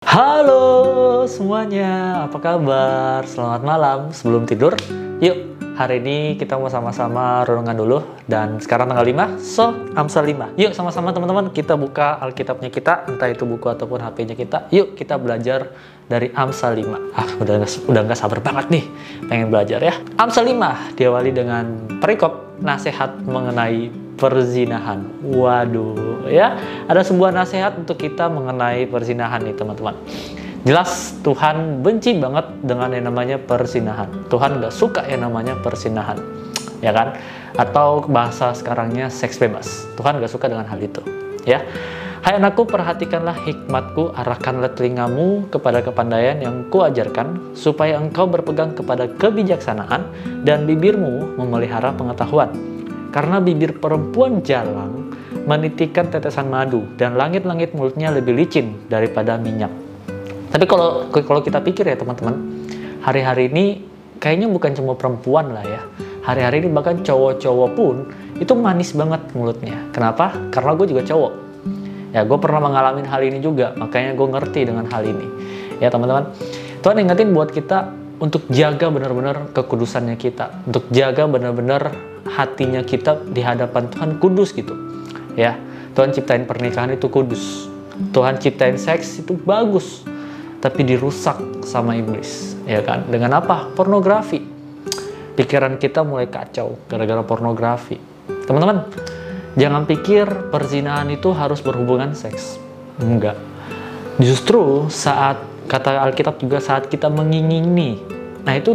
Halo semuanya, apa kabar? Selamat malam sebelum tidur. Yuk, hari ini kita mau sama-sama renungan dulu. Dan sekarang tanggal 5, so Amsal 5. Yuk sama-sama teman-teman kita buka Alkitabnya kita, entah itu buku ataupun HP-nya kita. Yuk kita belajar dari Amsal 5. Udah nggak sabar banget nih pengen belajar ya. Amsal 5 diawali dengan perikop nasihat mengenai perzinahan. Waduh, ya, ada sebuah nasihat untuk kita mengenai perzinahan nih teman-teman. Jelas Tuhan benci banget dengan yang namanya perzinahan. Tuhan nggak suka yang namanya perzinahan, ya kan? Atau bahasa sekarangnya seks bebas. Tuhan nggak suka dengan hal itu, ya. Hai anakku, perhatikanlah hikmatku, arahkanlah telingamu kepada kepandaian yang kuajarkan, supaya engkau berpegang kepada kebijaksanaan dan bibirmu memelihara pengetahuan. Karena bibir perempuan jalang menitikan tetesan madu, dan langit-langit mulutnya lebih licin daripada minyak. Tapi kalau kita pikir ya teman-teman, hari-hari ini kayaknya bukan cuma perempuan lah ya. Hari-hari ini bahkan cowok-cowok pun itu manis banget mulutnya. Kenapa? Karena gue juga cowok. Ya, gue pernah mengalami hal ini juga, makanya gue ngerti dengan hal ini. Ya teman-teman, Tuhan ingetin buat kita untuk jaga benar-benar kekudusannya kita, untuk jaga benar-benar hatinya kita di hadapan Tuhan kudus gitu. Ya, Tuhan ciptain pernikahan itu kudus. Tuhan ciptain seks itu bagus, tapi dirusak sama iblis, ya kan? Dengan apa? Pornografi. Pikiran kita mulai kacau gara-gara pornografi. Teman-teman, jangan pikir perzinahan itu harus berhubungan seks. Enggak. Justru saat kata Alkitab juga saat kita mengingini, nah itu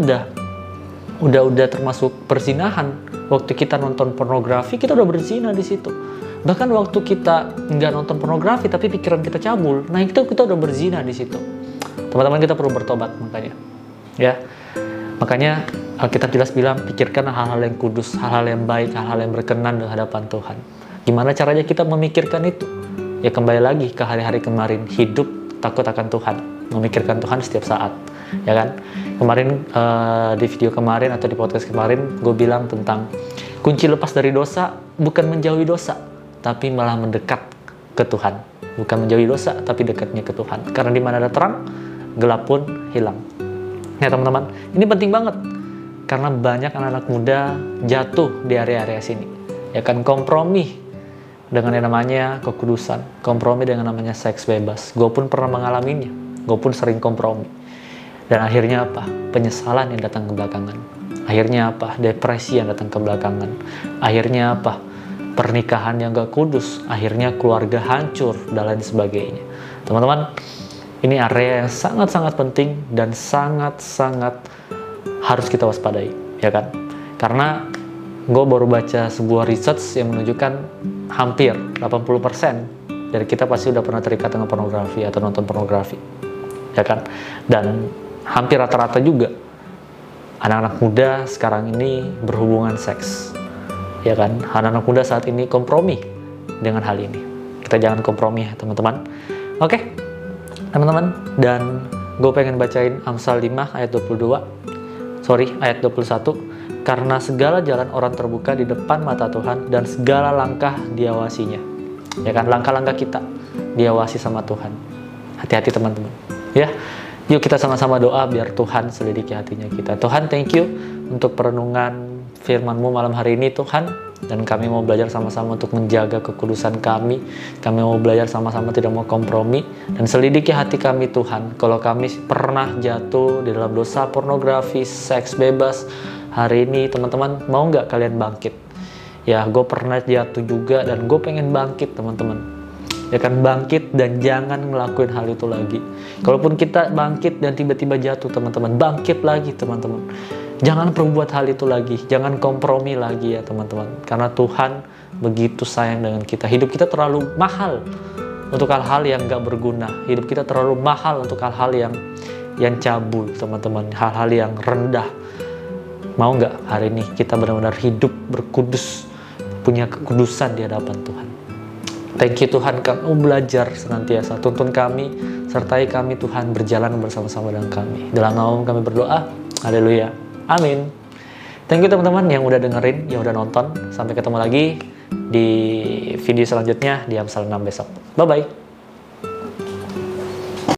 udah termasuk perzinahan. Waktu kita nonton pornografi, kita udah berzina di situ. Bahkan waktu kita nggak nonton pornografi, tapi pikiran kita cabul, nah itu kita udah berzina di situ. Teman-teman, kita perlu bertobat makanya. Ya, makanya Alkitab jelas bilang, pikirkan hal-hal yang kudus, hal-hal yang baik, hal-hal yang berkenan di hadapan Tuhan. Gimana caranya kita memikirkan itu? Ya kembali lagi ke hari-hari kemarin, hidup takut akan Tuhan, memikirkan Tuhan setiap saat. Ya kan, kemarin di video kemarin atau di podcast kemarin gue bilang tentang kunci lepas dari dosa bukan menjauhi dosa, tapi malah mendekat ke Tuhan. Bukan menjauhi dosa, tapi dekatnya ke Tuhan. Karena di mana ada terang, gelap pun hilang. Ya teman-teman, ini penting banget karena banyak anak-anak muda jatuh di area-area sini. Ya kan, kompromi dengan yang namanya kekudusan, kompromi dengan namanya seks bebas. Gue pun pernah mengalaminya, gue pun sering kompromi. Dan akhirnya apa? Penyesalan yang datang ke belakangan. Akhirnya apa? Depresi yang datang ke belakangan. Akhirnya apa? Pernikahan yang gak kudus. Akhirnya keluarga hancur dan lain sebagainya. Teman-teman, ini area yang sangat-sangat penting dan sangat-sangat harus kita waspadai, ya kan? Karena gue baru baca sebuah research yang menunjukkan hampir 80% dari kita pasti udah pernah terikat dengan pornografi atau nonton pornografi, ya kan? Dan hampir rata-rata juga anak-anak muda sekarang ini berhubungan seks, ya kan? Anak-anak muda saat ini kompromi dengan hal ini. Kita jangan kompromi ya teman-teman. Oke teman-teman, dan gue pengen bacain Amsal 5 ayat 21. Karena segala jalan orang terbuka di depan mata Tuhan, dan segala langkah diawasinya. Ya kan, langkah-langkah kita diawasi sama Tuhan. Hati-hati teman-teman, ya. Yuk kita sama-sama doa biar Tuhan selidiki hatinya kita. Tuhan, thank you untuk perenungan firman-Mu malam hari ini Tuhan. Dan kami mau belajar sama-sama untuk menjaga kekudusan kami. Kami mau belajar sama-sama tidak mau kompromi. Dan selidiki hati kami Tuhan. Kalau kami pernah jatuh di dalam dosa pornografi, seks bebas, hari ini teman-teman mau nggak kalian bangkit? Ya, gue pernah jatuh juga dan gue pengen bangkit teman-teman. Ya kan, bangkit dan jangan ngelakuin hal itu lagi. Kalaupun kita bangkit dan tiba-tiba jatuh teman-teman, bangkit lagi teman-teman. Jangan perbuat hal itu lagi, jangan kompromi lagi ya teman-teman. Karena Tuhan begitu sayang dengan kita. Hidup kita terlalu mahal untuk hal-hal yang gak berguna. Hidup kita terlalu mahal untuk hal-hal yang cabul teman-teman, hal-hal yang rendah. Mau nggak hari ini kita benar-benar hidup berkudus, punya kekudusan di hadapan Tuhan. Thank you Tuhan, kami belajar senantiasa. Tuntun kami, sertai kami Tuhan, berjalan bersama-sama dengan kami. Dalam nama kami berdoa, haleluya, amin. Thank you teman-teman yang udah dengerin, yang udah nonton. Sampai ketemu lagi di video selanjutnya di Amsal 6 besok. Bye-bye.